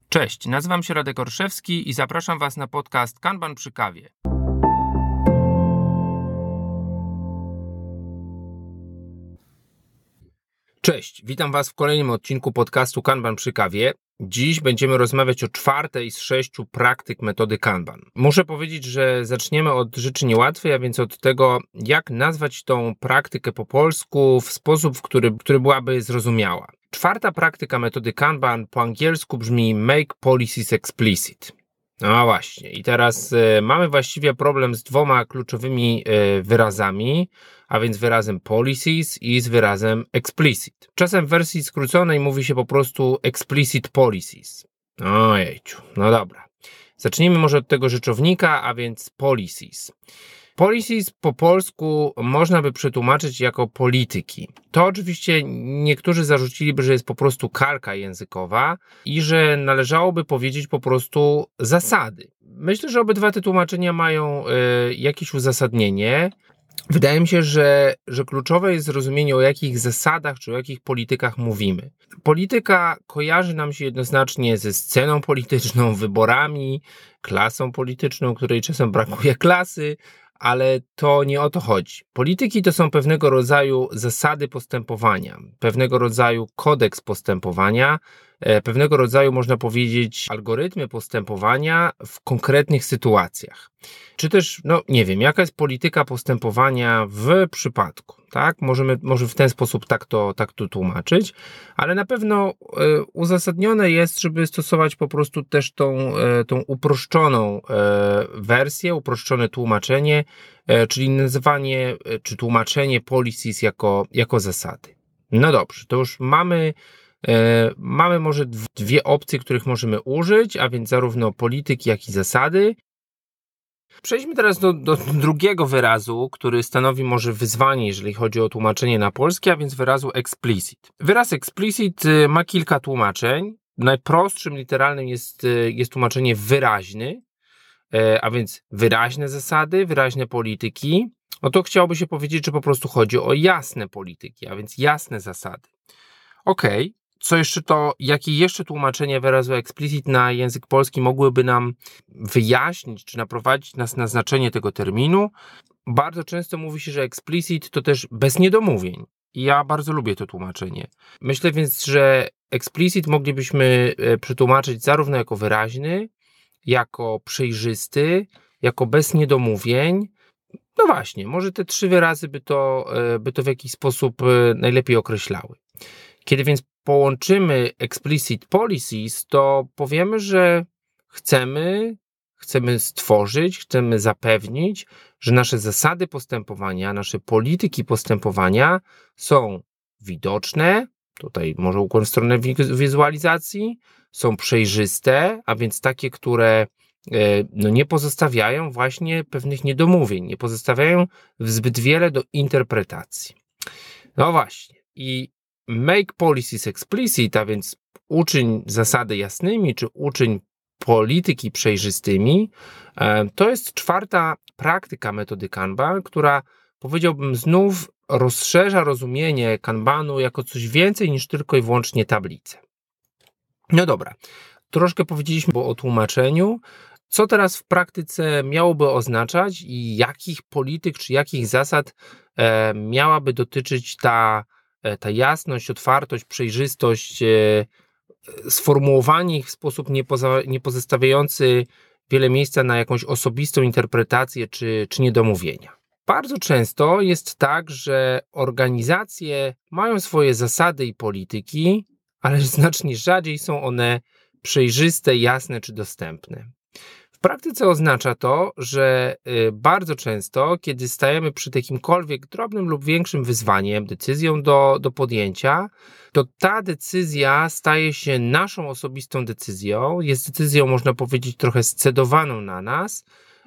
Cześć, nazywam się Radek Orszewski i zapraszam Was na podcast Kanban przy kawie. Cześć, witam Was w kolejnym odcinku podcastu Kanban przy kawie. Dziś będziemy rozmawiać o 4. z 6 praktyk metody Kanban. Muszę powiedzieć, że zaczniemy od rzeczy niełatwej, a więc od tego, jak nazwać tą praktykę po polsku w sposób, który byłaby zrozumiała. 4. praktyka metody Kanban po angielsku brzmi Make Policies Explicit. No właśnie, i teraz mamy właściwie problem z 2 kluczowymi wyrazami, a więc wyrazem policies i z wyrazem explicit. Czasem w wersji skróconej mówi się po prostu explicit policies. Ojejciu, no dobra. Zacznijmy może od tego rzeczownika, a więc policies. Policies po polsku można by przetłumaczyć jako polityki. To oczywiście niektórzy zarzuciliby, że jest po prostu kalka językowa i że należałoby powiedzieć po prostu zasady. Myślę, że obydwa te tłumaczenia mają jakieś uzasadnienie. Wydaje mi się, że kluczowe jest zrozumienie, o jakich zasadach czy o jakich politykach mówimy. Polityka kojarzy nam się jednoznacznie ze sceną polityczną, wyborami, klasą polityczną, której czasem brakuje klasy, ale to nie o to chodzi. Polityki to są pewnego rodzaju zasady postępowania, pewnego rodzaju kodeks postępowania, pewnego rodzaju, można powiedzieć, algorytmy postępowania w konkretnych sytuacjach. Czy też, nie wiem, jaka jest polityka postępowania w przypadku, tak? Może w ten sposób tak to tłumaczyć, ale na pewno uzasadnione jest, żeby stosować po prostu też tą uproszczoną wersję, uproszczone tłumaczenie, czyli nazywanie czy tłumaczenie policies jako zasady. No dobrze, to już mamy może 2 opcje, których możemy użyć, a więc zarówno polityki, jak i zasady. Przejdźmy teraz do drugiego wyrazu, który stanowi może wyzwanie, jeżeli chodzi o tłumaczenie na polski, a więc wyrazu explicit. Wyraz explicit ma kilka tłumaczeń. Najprostszym, literalnym jest tłumaczenie wyraźny, a więc wyraźne zasady, wyraźne polityki. No to chciałoby się powiedzieć, że po prostu chodzi o jasne polityki, a więc jasne zasady. Okej. Jakie jeszcze tłumaczenie wyrazu explicit na język polski mogłyby nam wyjaśnić, czy naprowadzić nas na znaczenie tego terminu? Bardzo często mówi się, że explicit to też bez niedomówień. I ja bardzo lubię to tłumaczenie. Myślę więc, że explicit moglibyśmy przetłumaczyć zarówno jako wyraźny, jako przejrzysty, jako bez niedomówień. No właśnie, może te 3 wyrazy by to w jakiś sposób najlepiej określały. Kiedy więc połączymy explicit policies, to powiemy, że chcemy stworzyć, chcemy zapewnić, że nasze zasady postępowania, nasze polityki postępowania są widoczne, tutaj może ukłon w stronę wizualizacji, są przejrzyste, a więc takie, które nie pozostawiają właśnie pewnych niedomówień, nie pozostawiają zbyt wiele do interpretacji. No właśnie, i make policies explicit, a więc uczyń zasady jasnymi, czy uczyń polityki przejrzystymi, to jest 4. praktyka metody Kanban, która, powiedziałbym, znów rozszerza rozumienie Kanbanu jako coś więcej niż tylko i wyłącznie tablice. No dobra, troszkę powiedzieliśmy o tłumaczeniu. Co teraz w praktyce miałoby oznaczać i jakich polityk czy jakich zasad miałaby dotyczyć ta jasność, otwartość, przejrzystość, sformułowanie ich w sposób nie pozostawiający wiele miejsca na jakąś osobistą interpretację czy niedomówienia. Bardzo często jest tak, że organizacje mają swoje zasady i polityki, ale znacznie rzadziej są one przejrzyste, jasne czy dostępne. W praktyce oznacza to, że bardzo często, kiedy stajemy przed jakimkolwiek drobnym lub większym wyzwaniem, decyzją do podjęcia, to ta decyzja staje się naszą osobistą decyzją, jest decyzją, można powiedzieć, trochę scedowaną na nas,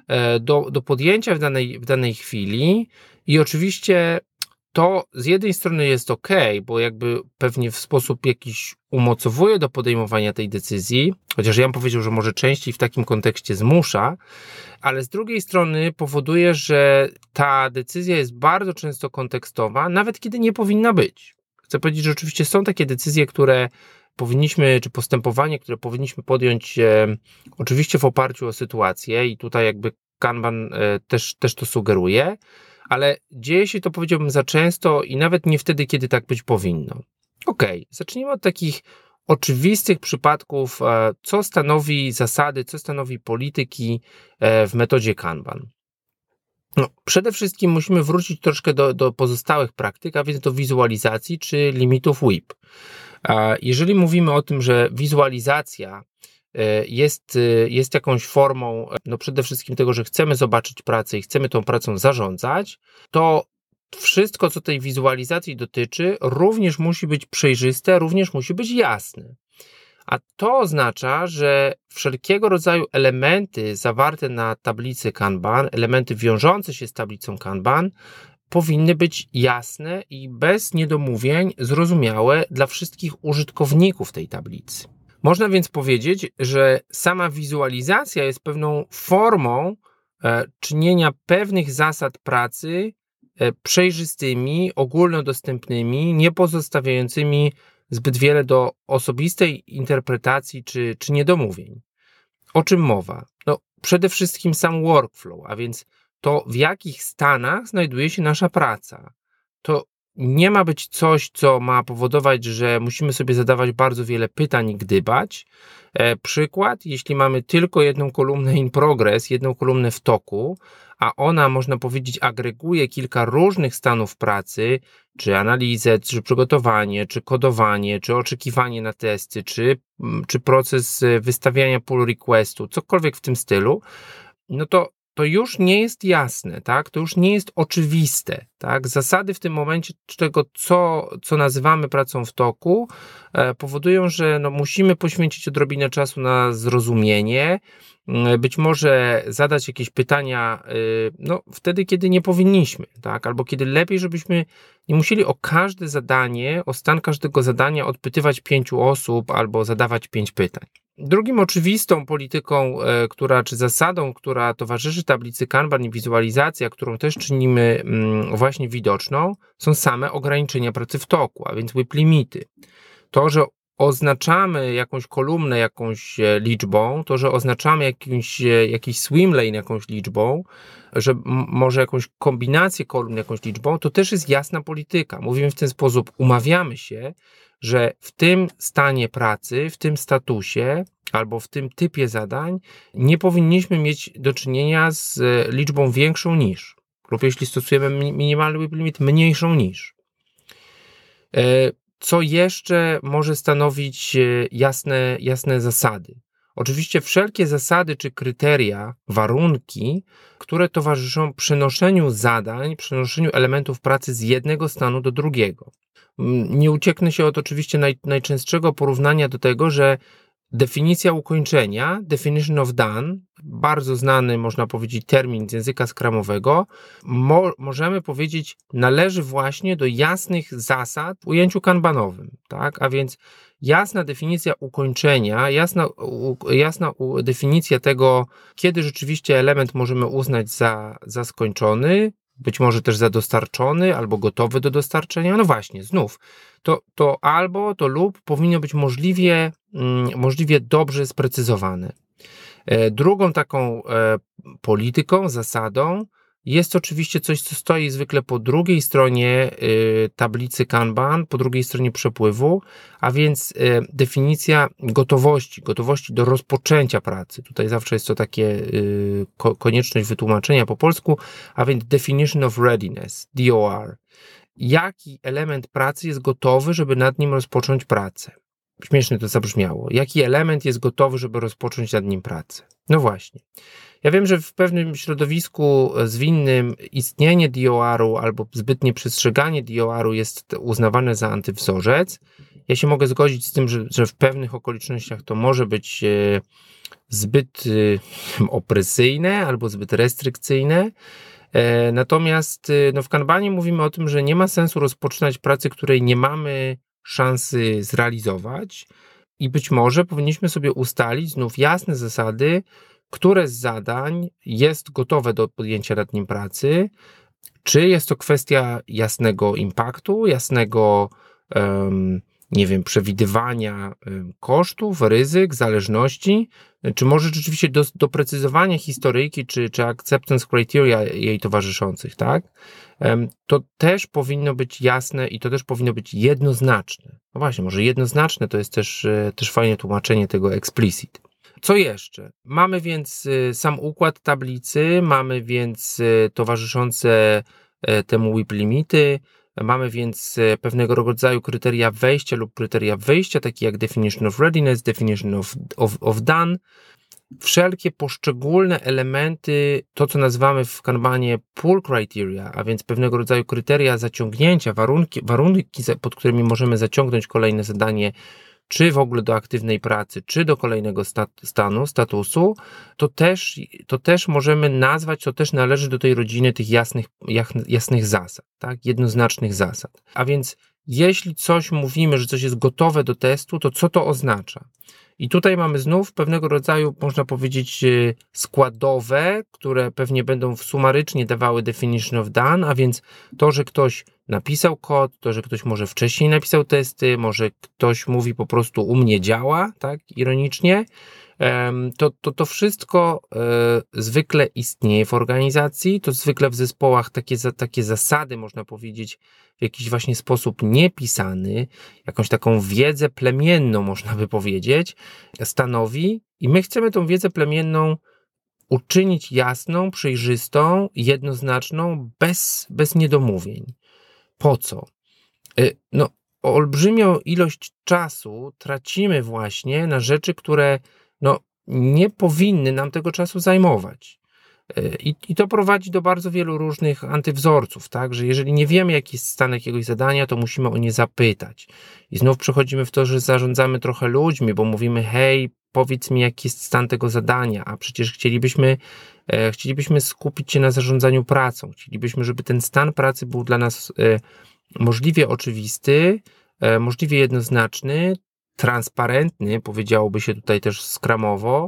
do podjęcia w danej chwili i oczywiście to z jednej strony jest ok, bo jakby pewnie w sposób jakiś umocowuje do podejmowania tej decyzji, chociaż ja bym powiedział, że może częściej w takim kontekście zmusza, ale z drugiej strony powoduje, że ta decyzja jest bardzo często kontekstowa, nawet kiedy nie powinna być. Chcę powiedzieć, że oczywiście są takie decyzje, które powinniśmy, czy postępowanie, które powinniśmy podjąć oczywiście w oparciu o sytuację i tutaj jakby Kanban też to sugeruje, ale dzieje się to, powiedziałbym, za często i nawet nie wtedy, kiedy tak być powinno. Okej, zacznijmy od takich oczywistych przypadków, co stanowi zasady, co stanowi polityki w metodzie Kanban. No, przede wszystkim musimy wrócić troszkę do pozostałych praktyk, a więc do wizualizacji czy limitów WIP. Jeżeli mówimy o tym, że wizualizacja jest jakąś formą, no przede wszystkim tego, że chcemy zobaczyć pracę i chcemy tą pracą zarządzać, to wszystko, co tej wizualizacji dotyczy, również musi być przejrzyste, również musi być jasne. A to oznacza, że wszelkiego rodzaju elementy zawarte na tablicy Kanban, elementy wiążące się z tablicą Kanban, powinny być jasne i bez niedomówień zrozumiałe dla wszystkich użytkowników tej tablicy. Można więc powiedzieć, że sama wizualizacja jest pewną formą czynienia pewnych zasad pracy przejrzystymi, ogólnodostępnymi, nie pozostawiającymi zbyt wiele do osobistej interpretacji czy niedomówień. O czym mowa? No, przede wszystkim sam workflow, a więc to, w jakich stanach znajduje się nasza praca. To nie ma być coś, co ma powodować, że musimy sobie zadawać bardzo wiele pytań i gdybać. Przykład, jeśli mamy tylko jedną kolumnę in progress, jedną kolumnę w toku, a ona, można powiedzieć, agreguje kilka różnych stanów pracy, czy analizę, czy przygotowanie, czy kodowanie, czy oczekiwanie na testy, czy proces wystawiania pull requestu, cokolwiek w tym stylu, no to już nie jest jasne, tak? To już nie jest oczywiste, tak? Zasady w tym momencie tego, co nazywamy pracą w toku, powodują, że no musimy poświęcić odrobinę czasu na zrozumienie, być może zadać jakieś pytania no, wtedy, kiedy nie powinniśmy, tak? Albo kiedy lepiej, żebyśmy nie musieli o każde zadanie, o stan każdego zadania odpytywać 5 osób albo zadawać 5 pytań. Drugim oczywistą polityką, czy zasadą, która towarzyszy tablicy Kanban i wizualizacja, którą też czynimy właśnie widoczną, są same ograniczenia pracy w toku, a więc WIP limity. To, że oznaczamy jakąś kolumnę jakąś liczbą, to, że oznaczamy jakiś swim lane jakąś liczbą, że może jakąś kombinację kolumn jakąś liczbą, to też jest jasna polityka. Mówimy w ten sposób, umawiamy się, że w tym stanie pracy, w tym statusie albo w tym typie zadań nie powinniśmy mieć do czynienia z liczbą większą niż, lub jeśli stosujemy minimalny WIP limit, mniejszą niż. Co jeszcze może stanowić jasne zasady? Oczywiście wszelkie zasady czy kryteria, warunki, które towarzyszą przenoszeniu zadań, przenoszeniu elementów pracy z jednego stanu do drugiego. Nie ucieknę się od oczywiście najczęstszego porównania do tego, że definicja ukończenia, definition of done, bardzo znany, można powiedzieć, termin z języka skramowego, możemy powiedzieć, należy właśnie do jasnych zasad w ujęciu kanbanowym, tak? A więc jasna definicja ukończenia, jasna definicja tego, kiedy rzeczywiście element możemy uznać za skończony, być może też za dostarczony albo gotowy do dostarczenia. No właśnie, znów, to albo, to lub powinno być możliwie dobrze sprecyzowane. Drugą taką polityką, zasadą jest oczywiście coś, co stoi zwykle po drugiej stronie tablicy Kanban, po drugiej stronie przepływu, a więc definicja gotowości do rozpoczęcia pracy. Tutaj zawsze jest to takie konieczność wytłumaczenia po polsku, a więc definition of readiness, DOR. Jaki element pracy jest gotowy, żeby nad nim rozpocząć pracę? Śmiesznie to zabrzmiało. Jaki element jest gotowy, żeby rozpocząć nad nim pracę? No właśnie. Ja wiem, że w pewnym środowisku zwinnym istnienie DOR-u albo zbytnie przestrzeganie DOR-u jest uznawane za antywzorzec. Ja się mogę zgodzić z tym, że w pewnych okolicznościach to może być zbyt opresyjne albo zbyt restrykcyjne. Natomiast w Kanbanie mówimy o tym, że nie ma sensu rozpoczynać pracy, której nie mamy szansy zrealizować i być może powinniśmy sobie ustalić znów jasne zasady, które z zadań jest gotowe do podjęcia nad nim pracy, czy jest to kwestia jasnego impaktu, nie wiem, przewidywania kosztów, ryzyk, zależności, czy może rzeczywiście doprecyzowania historyjki, czy acceptance criteria jej towarzyszących, tak? To też powinno być jasne i to też powinno być jednoznaczne. No właśnie, może jednoznaczne to jest też fajne tłumaczenie tego explicit. Co jeszcze? Mamy więc sam układ tablicy, mamy więc towarzyszące temu WIP limity, mamy więc pewnego rodzaju kryteria wejścia lub kryteria wyjścia, takie jak definition of readiness, definition of done. Wszelkie poszczególne elementy, to co nazywamy w Kanbanie pull criteria, a więc pewnego rodzaju kryteria zaciągnięcia, warunki, pod którymi możemy zaciągnąć kolejne zadanie, czy w ogóle do aktywnej pracy, czy do kolejnego statusu, to też możemy nazwać, to też należy do tej rodziny tych jasnych zasad, tak? Jednoznacznych zasad. A więc jeśli coś mówimy, że coś jest gotowe do testu, to co to oznacza? I tutaj mamy znów pewnego rodzaju, można powiedzieć, składowe, które pewnie będą sumarycznie dawały definition of done, a więc to, że ktoś napisał kod, to, że ktoś może wcześniej napisał testy, może ktoś mówi po prostu u mnie działa, tak, ironicznie, to wszystko zwykle istnieje w organizacji, to zwykle w zespołach takie zasady, można powiedzieć, w jakiś właśnie sposób niepisany, jakąś taką wiedzę plemienną, można by powiedzieć, stanowi i my chcemy tą wiedzę plemienną uczynić jasną, przejrzystą, jednoznaczną, bez niedomówień. Po co? No, olbrzymią ilość czasu tracimy właśnie na rzeczy, które nie powinny nam tego czasu zajmować. I to prowadzi do bardzo wielu różnych antywzorców, tak? Że jeżeli nie wiemy, jaki jest stan jakiegoś zadania, to musimy o nie zapytać. I znów przechodzimy w to, że zarządzamy trochę ludźmi, bo mówimy, hej, powiedz mi, jaki jest stan tego zadania, a przecież chcielibyśmy skupić się na zarządzaniu pracą. Chcielibyśmy, żeby ten stan pracy był dla nas możliwie oczywisty, możliwie jednoznaczny, transparentny, powiedziałoby się tutaj też scrumowo,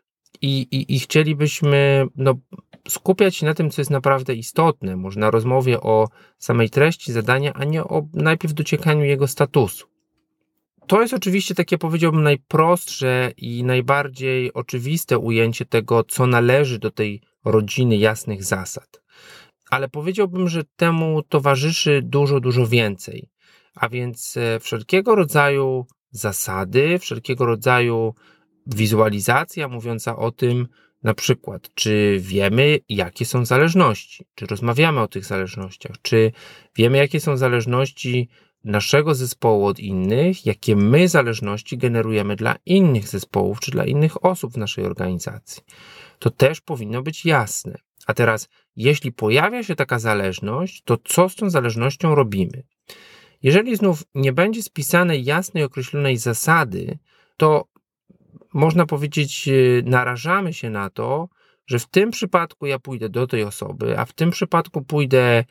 i chcielibyśmy skupiać się na tym, co jest naprawdę istotne, może na rozmowie o samej treści zadania, a nie o najpierw dociekaniu jego statusu. To jest oczywiście takie, powiedziałbym, najprostsze i najbardziej oczywiste ujęcie tego, co należy do tej rodziny jasnych zasad. Ale powiedziałbym, że temu towarzyszy dużo więcej. A więc wszelkiego rodzaju zasady, wszelkiego rodzaju wizualizacja mówiąca o tym, na przykład, czy wiemy, jakie są zależności, czy rozmawiamy o tych zależnościach, czy wiemy, jakie są zależności naszego zespołu od innych, jakie my zależności generujemy dla innych zespołów, czy dla innych osób w naszej organizacji. To też powinno być jasne. A teraz, jeśli pojawia się taka zależność, to co z tą zależnością robimy? Jeżeli znów nie będzie spisanej jasnej, określonej zasady, to można powiedzieć, narażamy się na to, że w tym przypadku ja pójdę do tej osoby, a w tym przypadku pójdę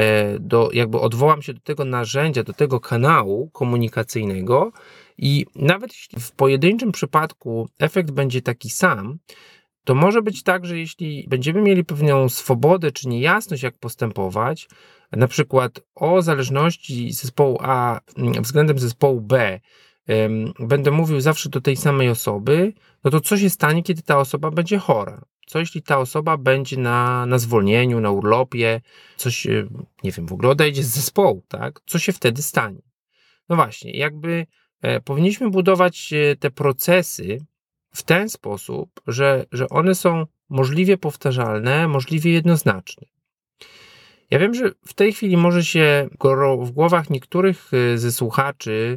odwołam się do tego narzędzia, do tego kanału komunikacyjnego i nawet jeśli w pojedynczym przypadku efekt będzie taki sam, to może być tak, że jeśli będziemy mieli pewną swobodę czy niejasność, jak postępować, na przykład o zależności zespołu A względem zespołu B, będę mówił zawsze do tej samej osoby, no to co się stanie, kiedy ta osoba będzie chora? Co jeśli ta osoba będzie na zwolnieniu, na urlopie, coś, nie wiem, w ogóle odejdzie z zespołu, tak? Co się wtedy stanie? No właśnie, powinniśmy budować te procesy w ten sposób, że one są możliwie powtarzalne, możliwie jednoznaczne. Ja wiem, że w tej chwili może się w głowach niektórych ze słuchaczy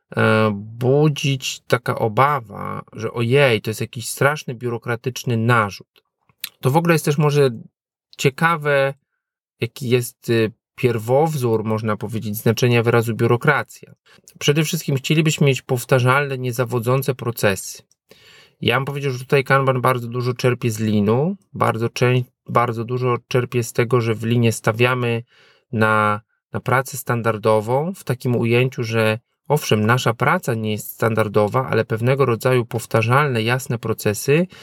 budzić taka obawa, że ojej, to jest jakiś straszny biurokratyczny narzut. To w ogóle jest też może ciekawe, jaki jest pierwowzór, można powiedzieć, znaczenia wyrazu biurokracja. Przede wszystkim chcielibyśmy mieć powtarzalne, niezawodzące procesy. Ja bym powiedział, że tutaj Kanban bardzo dużo czerpie z Leanu, bardzo dużo czerpie z tego, że w Leanie stawiamy na pracę standardową w takim ujęciu, że owszem, nasza praca nie jest standardowa, ale pewnego rodzaju powtarzalne, jasne procesy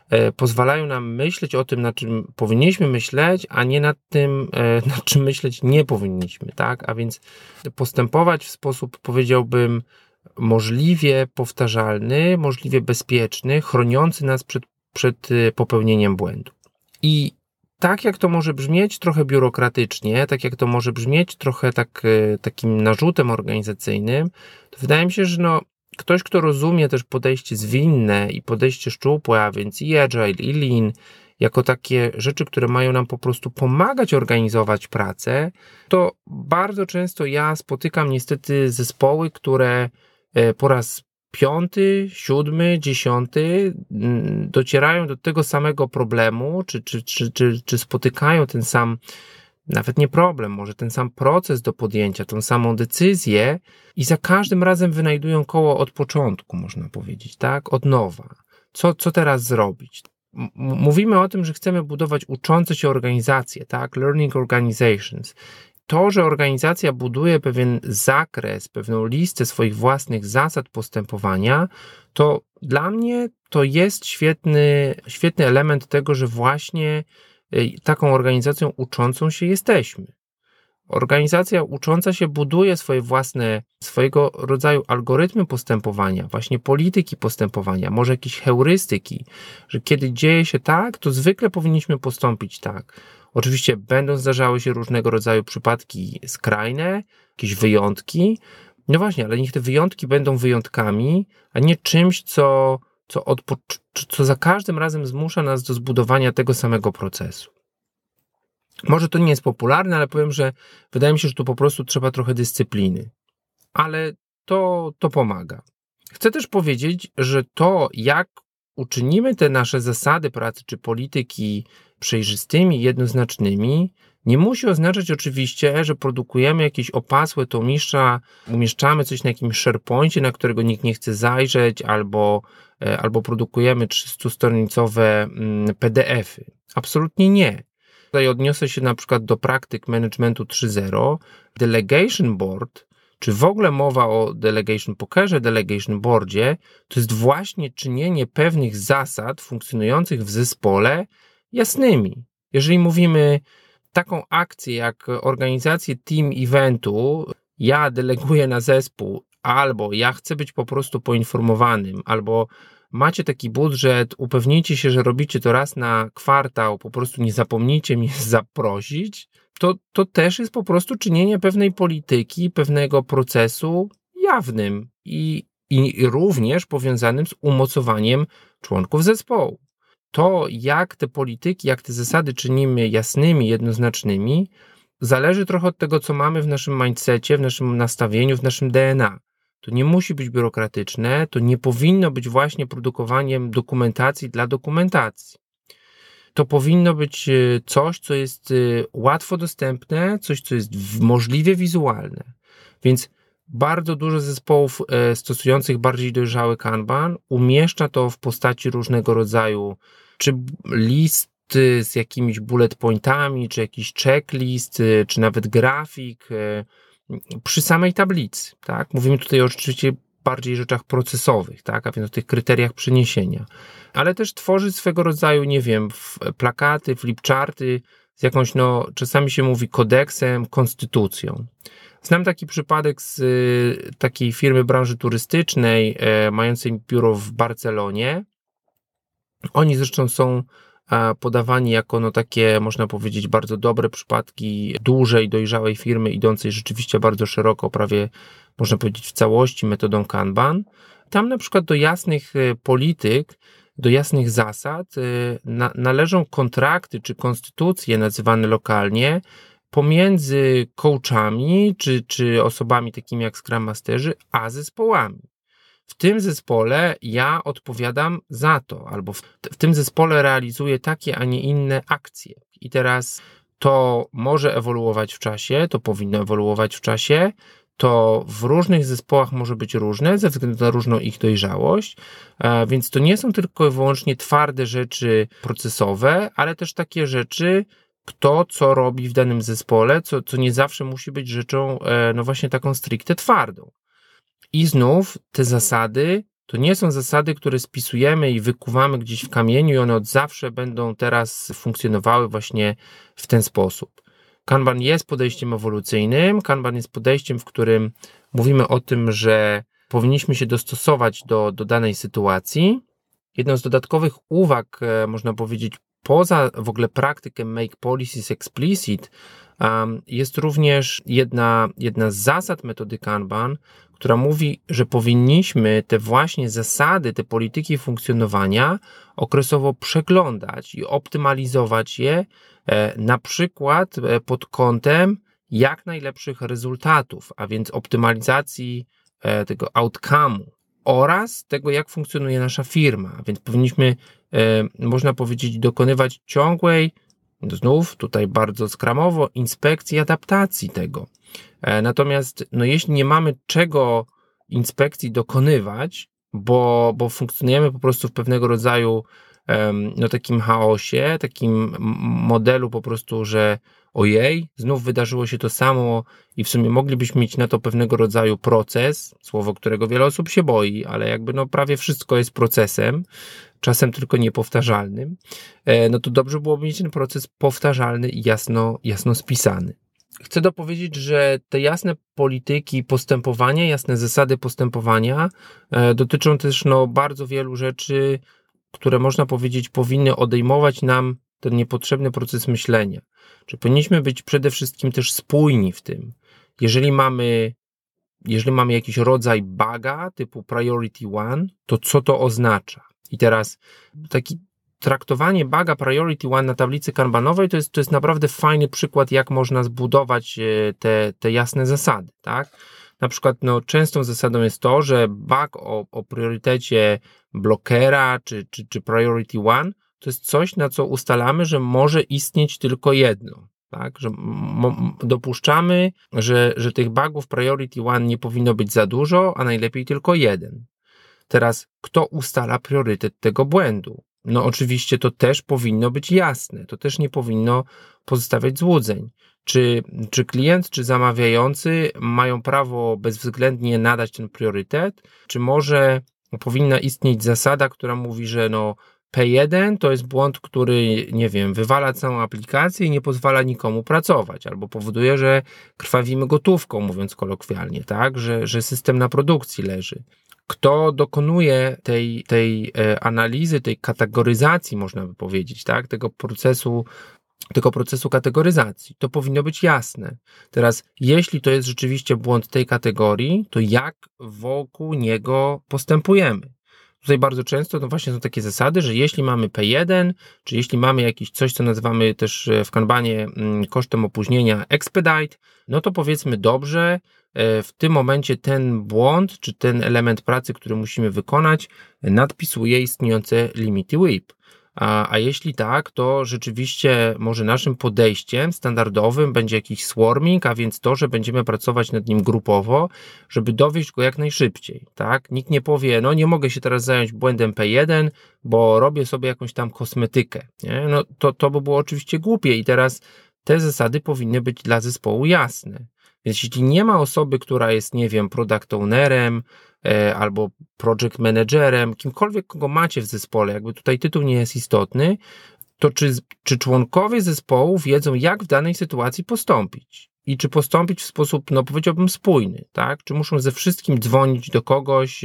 pozwalają nam myśleć o tym, nad czym powinniśmy myśleć, a nie nad tym, nad czym myśleć nie powinniśmy, tak? A więc postępować w sposób, powiedziałbym, możliwie powtarzalny, możliwie bezpieczny, chroniący nas przed popełnieniem błędu. I tak jak to może brzmieć trochę biurokratycznie, tak jak to może brzmieć trochę takim narzutem organizacyjnym, to wydaje mi się, że ktoś, kto rozumie też podejście zwinne i podejście szczupłe, a więc i agile, i lean, jako takie rzeczy, które mają nam po prostu pomagać organizować pracę, to bardzo często ja spotykam niestety zespoły, które po raz 5., 7., 10. docierają do tego samego problemu, czy spotykają ten sam, nawet nie problem, może ten sam proces do podjęcia, tą samą decyzję i za każdym razem wynajdują koło od początku, można powiedzieć, tak? Od nowa. Co teraz zrobić? Mówimy o tym, że chcemy budować uczące się organizacje, tak? Learning organizations. To, że organizacja buduje pewien zakres, pewną listę swoich własnych zasad postępowania, to dla mnie to jest świetny element tego, że właśnie taką organizacją uczącą się jesteśmy. Organizacja ucząca się buduje swoje własne, swojego rodzaju algorytmy postępowania, właśnie polityki postępowania, może jakieś heurystyki, że kiedy dzieje się tak, to zwykle powinniśmy postąpić tak. Oczywiście będą zdarzały się różnego rodzaju przypadki skrajne, jakieś wyjątki. No właśnie, ale niech te wyjątki będą wyjątkami, a nie czymś, co za każdym razem zmusza nas do zbudowania tego samego procesu. Może to nie jest popularne, ale powiem, że wydaje mi się, że tu po prostu trzeba trochę dyscypliny. Ale to pomaga. Chcę też powiedzieć, że to, jak uczynimy te nasze zasady pracy czy polityki przejrzystymi, jednoznacznymi, nie musi oznaczać oczywiście, że produkujemy jakieś opasłe tomiszcza, umieszczamy coś na jakimś SharePoincie, na którego nikt nie chce zajrzeć, albo produkujemy 300-stronicowe PDF-y. Absolutnie nie. Tutaj odniosę się na przykład do praktyk managementu 3.0. Delegation board, czy w ogóle mowa o delegation pokerze, delegation boardzie, to jest właśnie czynienie pewnych zasad funkcjonujących w zespole jasnymi. Jeżeli mówimy taką akcję jak organizację team eventu, ja deleguję na zespół, albo ja chcę być po prostu poinformowanym, albo macie taki budżet, upewnijcie się, że robicie to raz na kwartał, po prostu nie zapomnijcie mnie zaprosić, to też jest po prostu czynienie pewnej polityki, pewnego procesu jawnym i również powiązanym z umocowaniem członków zespołu. To, jak te polityki, jak te zasady czynimy jasnymi, jednoznacznymi, zależy trochę od tego, co mamy w naszym mindsetie, w naszym nastawieniu, w naszym DNA. To nie musi być biurokratyczne, to nie powinno być właśnie produkowaniem dokumentacji dla dokumentacji. To powinno być coś, co jest łatwo dostępne, coś, co jest możliwie wizualne. Więc bardzo dużo zespołów stosujących bardziej dojrzały Kanban umieszcza to w postaci różnego rodzaju czy listy z jakimiś bullet pointami, czy jakiś checklist, czy nawet grafik przy samej tablicy. Tak? Mówimy tutaj oczywiście bardziej rzeczach procesowych, tak? A więc o tych kryteriach przeniesienia. Ale też tworzy swego rodzaju, nie wiem, plakaty, flipcharty z jakąś, czasami się mówi kodeksem, konstytucją. Znam taki przypadek z takiej firmy branży turystycznej, mającej biuro w Barcelonie. Oni zresztą są podawani jako takie, można powiedzieć, bardzo dobre przypadki dużej, dojrzałej firmy, idącej rzeczywiście bardzo szeroko, prawie można powiedzieć w całości metodą Kanban. Tam na przykład do jasnych polityk, do jasnych zasad należą kontrakty czy konstytucje nazywane lokalnie pomiędzy coachami czy osobami takimi jak Scrum Masterzy, a zespołami. W tym zespole ja odpowiadam za to, albo w tym zespole realizuję takie, a nie inne akcje. I teraz to może ewoluować w czasie, to powinno ewoluować w czasie, to w różnych zespołach może być różne, ze względu na różną ich dojrzałość, więc to nie są tylko i wyłącznie twarde rzeczy procesowe, ale też takie rzeczy, kto co robi w danym zespole, co nie zawsze musi być rzeczą właśnie taką stricte twardą. I znów te zasady to nie są zasady, które spisujemy i wykuwamy gdzieś w kamieniu i one od zawsze będą teraz funkcjonowały właśnie w ten sposób. Kanban jest podejściem ewolucyjnym, Kanban jest podejściem, w którym mówimy o tym, że powinniśmy się dostosować do danej sytuacji. Jedną z dodatkowych uwag, można powiedzieć, poza w ogóle praktykę Make Policies Explicit, jest również jedna z zasad metody Kanban, która mówi, że powinniśmy te właśnie zasady, te polityki funkcjonowania okresowo przeglądać i optymalizować je, na przykład pod kątem jak najlepszych rezultatów, a więc optymalizacji tego outcome'u oraz tego, jak funkcjonuje nasza firma. Więc powinniśmy, można powiedzieć, dokonywać ciągłej, znów tutaj bardzo skramowo, inspekcji i adaptacji tego. Natomiast jeśli nie mamy czego inspekcji dokonywać, bo funkcjonujemy po prostu w pewnego rodzaju takim chaosie, takim modelu po prostu, że ojej, znów wydarzyło się to samo i w sumie moglibyśmy mieć na to pewnego rodzaju proces, słowo, którego wiele osób się boi, ale jakby prawie wszystko jest procesem, czasem tylko niepowtarzalnym, to dobrze byłoby mieć ten proces powtarzalny i jasno spisany. Chcę dopowiedzieć, że te jasne polityki postępowania, jasne zasady postępowania dotyczą też bardzo wielu rzeczy, które można powiedzieć powinny odejmować nam ten niepotrzebny proces myślenia. Czy powinniśmy być przede wszystkim też spójni w tym. Jeżeli mamy jakiś rodzaj buga typu priority one, to co to oznacza? I teraz taki traktowanie buga priority one na tablicy kanbanowej to jest naprawdę fajny przykład, jak można zbudować te jasne zasady, tak? Na przykład częstą zasadą jest to, że bug o priorytecie blokera czy priority one to jest coś, na co ustalamy, że może istnieć tylko jedno. Tak, że dopuszczamy, że tych bugów priority one nie powinno być za dużo, a najlepiej tylko jeden. Teraz, kto ustala priorytet tego błędu? Oczywiście to też powinno być jasne, to też nie powinno pozostawiać złudzeń. Czy klient, czy zamawiający mają prawo bezwzględnie nadać ten priorytet, czy może powinna istnieć zasada, która mówi, że P1 to jest błąd, który, wywala całą aplikację i nie pozwala nikomu pracować, albo powoduje, że krwawimy gotówką, mówiąc kolokwialnie, tak, że system na produkcji leży. Kto dokonuje tej analizy, tej kategoryzacji, można by powiedzieć, tak, tego procesu kategoryzacji. To powinno być jasne. Teraz, jeśli to jest rzeczywiście błąd tej kategorii, to jak wokół niego postępujemy? Tutaj bardzo często właśnie są takie zasady, że jeśli mamy P1, czy jeśli mamy jakieś coś, co nazywamy też w Kanbanie kosztem opóźnienia expedite, to powiedzmy dobrze, w tym momencie ten błąd, czy ten element pracy, który musimy wykonać, nadpisuje istniejące limity WIP. A jeśli tak, to rzeczywiście może naszym podejściem standardowym będzie jakiś swarming, a więc to, że będziemy pracować nad nim grupowo, żeby dowieść go jak najszybciej, tak? Nikt nie powie, nie mogę się teraz zająć błędem P1, bo robię sobie jakąś tam kosmetykę, nie? To by było oczywiście głupie i teraz te zasady powinny być dla zespołu jasne. Więc jeśli nie ma osoby, która jest, product ownerem, albo project managerem, kimkolwiek, kogo macie w zespole, jakby tutaj tytuł nie jest istotny, to czy członkowie zespołu wiedzą, jak w danej sytuacji postąpić? I czy postąpić w sposób, powiedziałbym, spójny, tak? Czy muszą ze wszystkim dzwonić do kogoś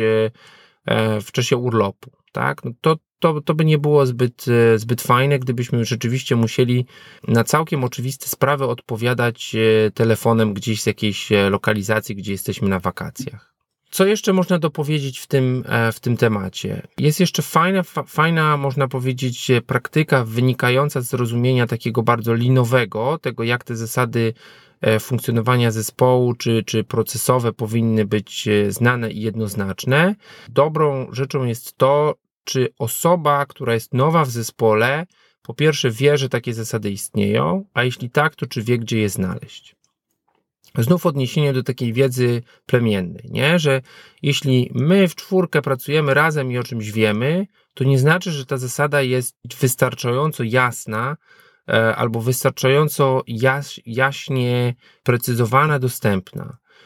w czasie urlopu, tak? To by nie było zbyt fajne, gdybyśmy rzeczywiście musieli na całkiem oczywiste sprawy odpowiadać telefonem gdzieś z jakiejś lokalizacji, gdzie jesteśmy na wakacjach. Co jeszcze można dopowiedzieć w tym temacie? Jest jeszcze fajna, można powiedzieć, praktyka wynikająca z zrozumienia takiego bardzo linowego, tego jak te zasady funkcjonowania zespołu czy procesowe powinny być znane i jednoznaczne. Dobrą rzeczą jest to, czy osoba, która jest nowa w zespole, po pierwsze wie, że takie zasady istnieją, a jeśli tak, to czy wie, gdzie je znaleźć. Znów odniesienie do takiej wiedzy plemiennej, nie? Że jeśli my w czwórkę pracujemy razem i o czymś wiemy, to nie znaczy, że ta zasada jest wystarczająco jasna albo wystarczająco jaśnie precyzowana, dostępna.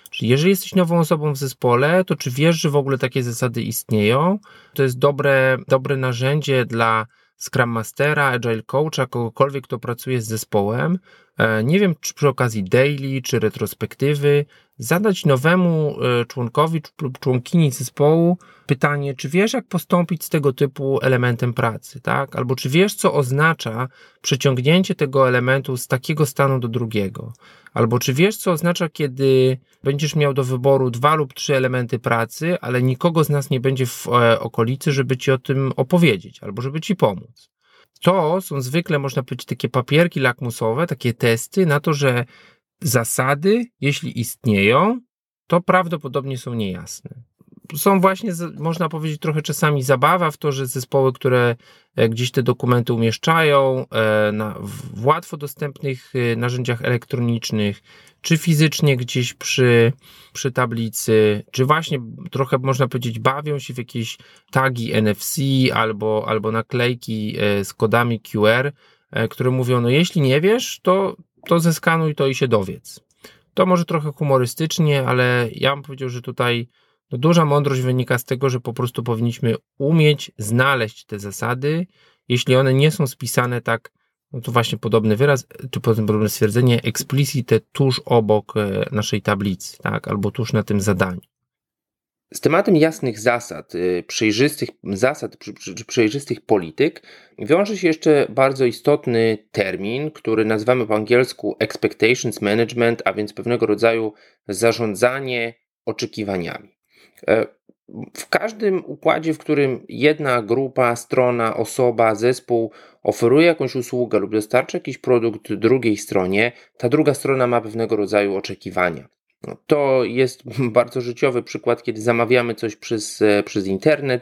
Czyli jeżeli jesteś nową osobą w zespole, to czy wiesz, że w ogóle takie zasady istnieją? To jest dobre narzędzie dla Scrum Mastera, Agile Coacha, kogokolwiek, kto pracuje z zespołem. Nie wiem, czy przy okazji daily, czy retrospektywy, zadać nowemu członkowi lub członkini zespołu pytanie, czy wiesz, jak postąpić z tego typu elementem pracy, tak? Albo czy wiesz, co oznacza przeciągnięcie tego elementu z takiego stanu do drugiego? Albo czy wiesz, co oznacza, kiedy będziesz miał do wyboru 2 lub 3 elementy pracy, ale nikogo z nas nie będzie w okolicy, żeby ci o tym opowiedzieć, albo żeby ci pomóc. To są zwykle, można powiedzieć, takie papierki lakmusowe, takie testy na to, że zasady, jeśli istnieją, to prawdopodobnie są niejasne. Są właśnie, można powiedzieć, trochę czasami zabawa w to, że zespoły, które gdzieś te dokumenty umieszczają w łatwo dostępnych narzędziach elektronicznych, czy fizycznie gdzieś przy tablicy, czy właśnie trochę, można powiedzieć, bawią się w jakieś tagi NFC albo naklejki z kodami QR, które mówią, no jeśli nie wiesz, to zeskanuj to i się dowiedz. To może trochę humorystycznie, ale ja bym powiedział, że tutaj duża mądrość wynika z tego, że po prostu powinniśmy umieć znaleźć te zasady. Jeśli one nie są spisane tak, no to właśnie podobny wyraz, czy podobne stwierdzenie explicite tuż obok naszej tablicy, tak, albo tuż na tym zadaniu. Z tematem jasnych zasad, przejrzystych polityk wiąże się jeszcze bardzo istotny termin, który nazywamy po angielsku expectations management, a więc pewnego rodzaju zarządzanie oczekiwaniami. W każdym układzie, w którym jedna grupa, strona, osoba, zespół oferuje jakąś usługę lub dostarcza jakiś produkt drugiej stronie, ta druga strona ma pewnego rodzaju oczekiwania. To jest bardzo życiowy przykład, kiedy zamawiamy coś przez internet,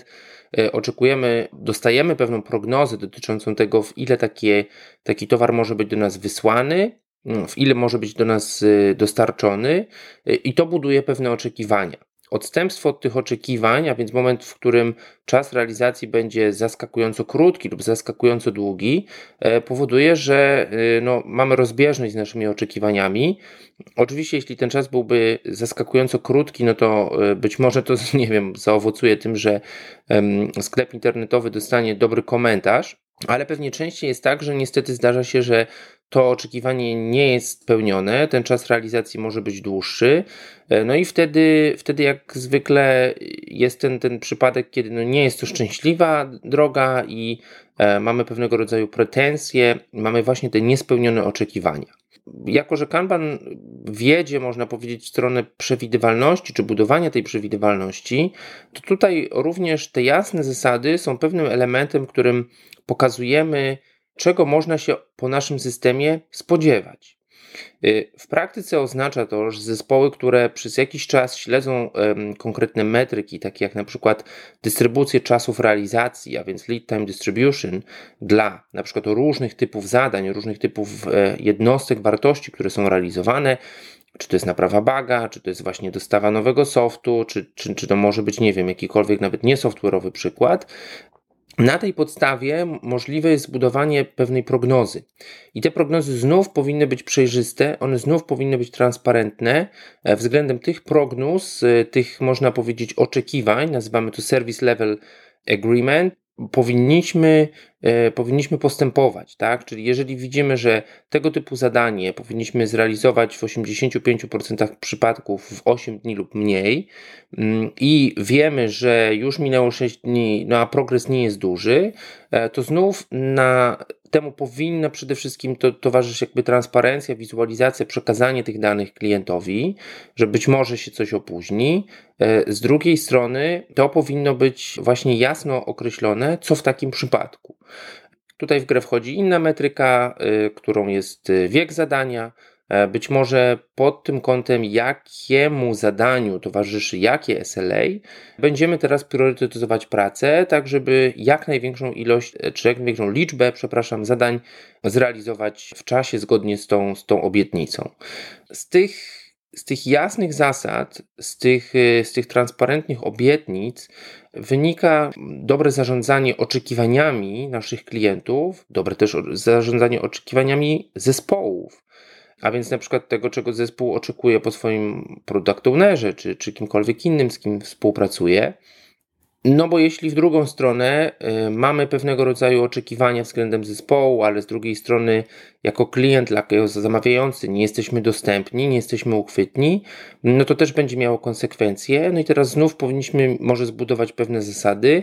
dostajemy pewną prognozę dotyczącą tego, w ile taki towar może być do nas wysłany, w ile może być do nas dostarczony, i to buduje pewne oczekiwania. Odstępstwo od tych oczekiwań, a więc moment, w którym czas realizacji będzie zaskakująco krótki lub zaskakująco długi, powoduje, że mamy rozbieżność z naszymi oczekiwaniami. Oczywiście, jeśli ten czas byłby zaskakująco krótki, no to być może to, nie wiem, zaowocuje tym, że sklep internetowy dostanie dobry komentarz, ale pewnie częściej jest tak, że niestety zdarza się, że to oczekiwanie nie jest spełnione, ten czas realizacji może być dłuższy, no i wtedy jak zwykle jest ten przypadek, kiedy nie jest to szczęśliwa droga i mamy pewnego rodzaju pretensje, mamy właśnie te niespełnione oczekiwania. Jako że Kanban wiedzie, można powiedzieć, w stronę przewidywalności czy budowania tej przewidywalności, to tutaj również te jasne zasady są pewnym elementem, którym pokazujemy, czego można się po naszym systemie spodziewać. W praktyce oznacza to, że zespoły, które przez jakiś czas śledzą konkretne metryki, takie jak na przykład dystrybucję czasów realizacji, a więc lead time distribution dla na przykład różnych typów zadań, różnych typów jednostek wartości, które są realizowane, czy to jest naprawa buga, czy to jest właśnie dostawa nowego softu, czy to może być, nie wiem, jakikolwiek nawet niesoftware'owy przykład. Na tej podstawie możliwe jest zbudowanie pewnej prognozy. I te prognozy znów powinny być przejrzyste, one znów powinny być transparentne względem tych prognoz, tych, można powiedzieć, oczekiwań, nazywamy to Service Level Agreement. Powinniśmy postępować, tak? Czyli jeżeli widzimy, że tego typu zadanie powinniśmy zrealizować w 85% przypadków w 8 dni lub mniej i wiemy, że już minęło 6 dni, a progres nie jest duży, to znów temu powinna przede wszystkim towarzyszyć jakby transparencja, wizualizacja, przekazanie tych danych klientowi, że być może się coś opóźni. Z drugiej strony to powinno być właśnie jasno określone, co w takim przypadku. Tutaj w grę wchodzi inna metryka, którą jest wiek zadania. Być może pod tym kątem, jakiemu zadaniu towarzyszy jakie SLA, będziemy teraz priorytetyzować pracę, tak żeby jak największą ilość, czy jak największą liczbę, zadań zrealizować w czasie zgodnie z tą obietnicą. Z tych jasnych zasad, z tych transparentnych obietnic wynika dobre zarządzanie oczekiwaniami naszych klientów, dobre też zarządzanie oczekiwaniami zespołów. a więc na przykład tego, czego zespół oczekuje po swoim product ownerze, czy kimkolwiek innym, z kim współpracuje. No bo jeśli w drugą stronę mamy pewnego rodzaju oczekiwania względem zespołu, ale z drugiej strony jako klient, jako zamawiający nie jesteśmy dostępni, nie jesteśmy uchwytni, no to też będzie miało konsekwencje. No i teraz znów powinniśmy może zbudować pewne zasady.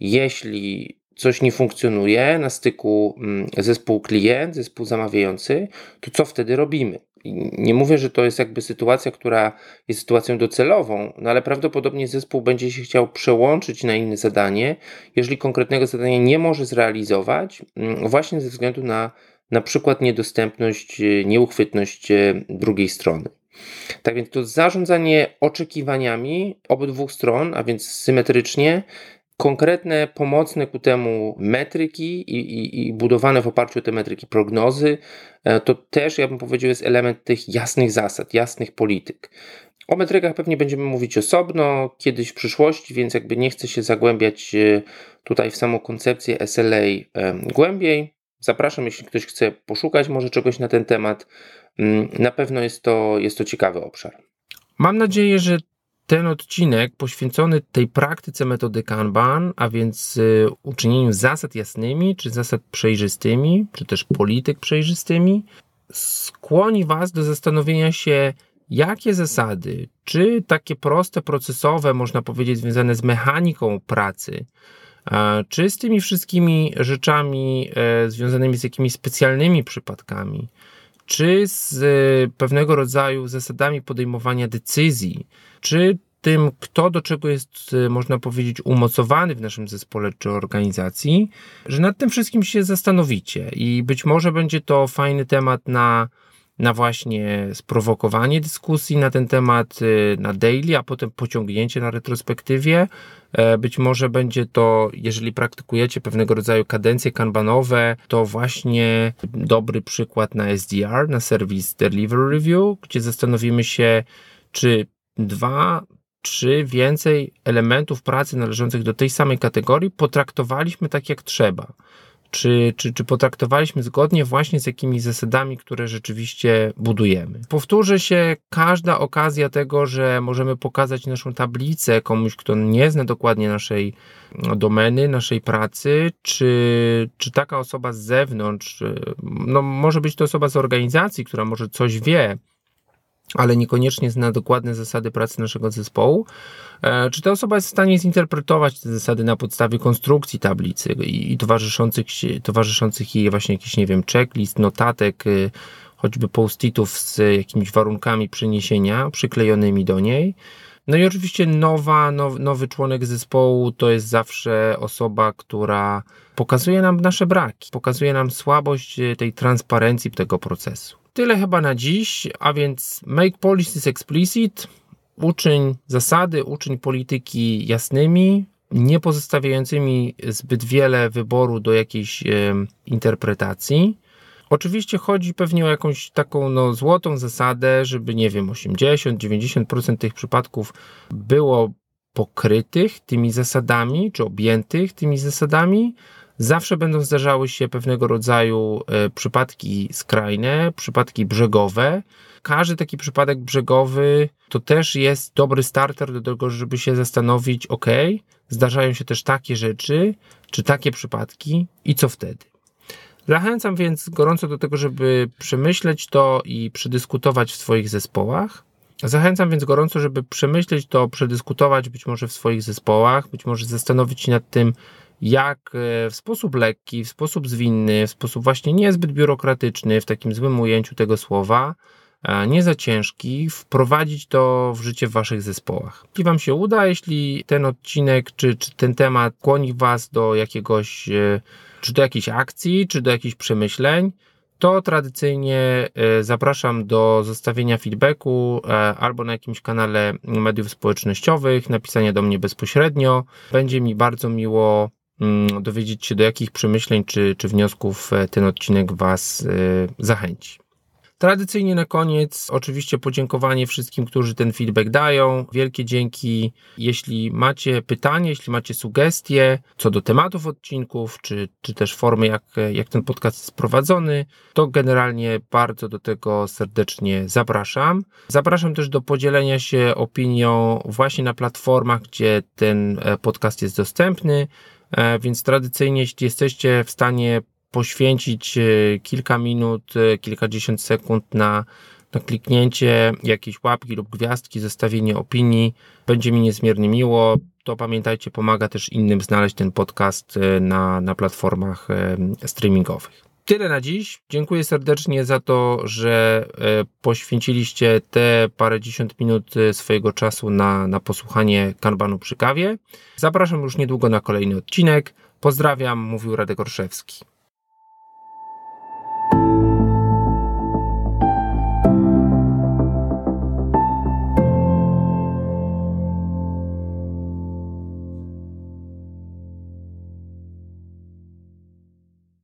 Jeśli coś nie funkcjonuje na styku zespół-klient, zespół zamawiający, to co wtedy robimy? Nie mówię, że to jest jakby sytuacja, która jest sytuacją docelową, no ale prawdopodobnie zespół będzie się chciał przełączyć na inne zadanie, jeżeli konkretnego zadania nie może zrealizować, właśnie ze względu na przykład niedostępność, nieuchwytność drugiej strony. Tak więc to zarządzanie oczekiwaniami obydwu stron, a więc symetrycznie, konkretne, pomocne ku temu metryki i budowane w oparciu o te metryki prognozy, to też, ja bym powiedział, jest element tych jasnych zasad, jasnych polityk. O metrykach pewnie będziemy mówić osobno, kiedyś w przyszłości, więc jakby nie chcę się zagłębiać tutaj w samą koncepcję SLA głębiej. Zapraszam, jeśli ktoś chce poszukać może czegoś na ten temat. Na pewno jest to ciekawy obszar. Mam nadzieję, że ten odcinek poświęcony tej praktyce metody Kanban, a więc uczynieniu zasad jasnymi, czy zasad przejrzystymi, czy też polityk przejrzystymi, skłoni Was do zastanowienia się, jakie zasady, czy takie proste, procesowe, można powiedzieć, związane z mechaniką pracy, czy z tymi wszystkimi rzeczami związanymi z jakimiś specjalnymi przypadkami, czy z pewnego rodzaju zasadami podejmowania decyzji, czy tym, kto do czego jest, można powiedzieć, umocowany w naszym zespole czy organizacji, że nad tym wszystkim się zastanowicie i być może będzie to fajny temat na właśnie sprowokowanie dyskusji na ten temat na daily, a potem pociągnięcie na retrospektywie. Być może będzie to, jeżeli praktykujecie pewnego rodzaju kadencje kanbanowe, to właśnie dobry przykład na SDR, na Service Delivery Review, gdzie zastanowimy się, czy 2, 3 więcej elementów pracy należących do tej samej kategorii potraktowaliśmy tak jak trzeba. Czy potraktowaliśmy zgodnie właśnie z jakimiś zasadami, które rzeczywiście budujemy. Powtórzy się każda okazja tego, że możemy pokazać naszą tablicę komuś, kto nie zna dokładnie naszej domeny, naszej pracy, czy taka osoba z zewnątrz, no może być to osoba z organizacji, która może coś wie, ale niekoniecznie zna dokładne zasady pracy naszego zespołu, czy ta osoba jest w stanie zinterpretować te zasady na podstawie konstrukcji tablicy i towarzyszących jej właśnie jakichś, nie wiem, checklist, notatek, choćby post-itów z jakimiś warunkami przeniesienia przyklejonymi do niej. No i oczywiście nowy członek zespołu to jest zawsze osoba, która pokazuje nam nasze braki, pokazuje nam słabość tej transparencji tego procesu. Tyle chyba na dziś, a więc make policies explicit, uczyń zasady, uczyń polityki jasnymi, nie pozostawiającymi zbyt wiele wyboru do jakiejś interpretacji. Oczywiście chodzi pewnie o jakąś taką złotą zasadę, żeby, nie wiem, 80-90% tych przypadków było pokrytych tymi zasadami, czy objętych tymi zasadami. Zawsze będą zdarzały się pewnego rodzaju przypadki skrajne, przypadki brzegowe. Każdy taki przypadek brzegowy to też jest dobry starter do tego, żeby się zastanowić, zdarzają się też takie rzeczy, czy takie przypadki i co wtedy. Zachęcam więc gorąco do tego, żeby przemyśleć to i przedyskutować w swoich zespołach. Zachęcam więc gorąco, żeby przemyśleć to, przedyskutować być może w swoich zespołach, być może zastanowić się nad tym, jak w sposób lekki, w sposób zwinny, w sposób właśnie niezbyt biurokratyczny, w takim złym ujęciu tego słowa, nie za ciężki, wprowadzić to w życie w waszych zespołach. Jeśli wam się uda, jeśli ten odcinek czy ten temat skłoni was do jakiegoś, czy do jakiejś akcji, czy do jakichś przemyśleń, to tradycyjnie zapraszam do zostawienia feedbacku albo na jakimś kanale mediów społecznościowych, napisania do mnie bezpośrednio. Będzie mi bardzo miło dowiedzieć się, do jakich przemyśleń czy wniosków ten odcinek was zachęci. Tradycyjnie na koniec oczywiście podziękowanie wszystkim, którzy ten feedback dają. Wielkie dzięki. Jeśli macie pytanie, jeśli macie sugestie co do tematów odcinków, czy też formy, jak ten podcast jest prowadzony, to generalnie bardzo do tego serdecznie zapraszam. Zapraszam też do podzielenia się opinią właśnie na platformach, gdzie ten podcast jest dostępny, więc tradycyjnie, jeśli jesteście w stanie poświęcić kilka minut, kilkadziesiąt sekund na kliknięcie jakiejś łapki lub gwiazdki, zostawienie opinii, będzie mi niezmiernie miło. To pamiętajcie, pomaga też innym znaleźć ten podcast na platformach streamingowych. Tyle na dziś. Dziękuję serdecznie za to, że poświęciliście te parędziesiąt minut swojego czasu na posłuchanie Kanbanu przy kawie. Zapraszam już niedługo na kolejny odcinek. Pozdrawiam, mówił Radek Orszewski.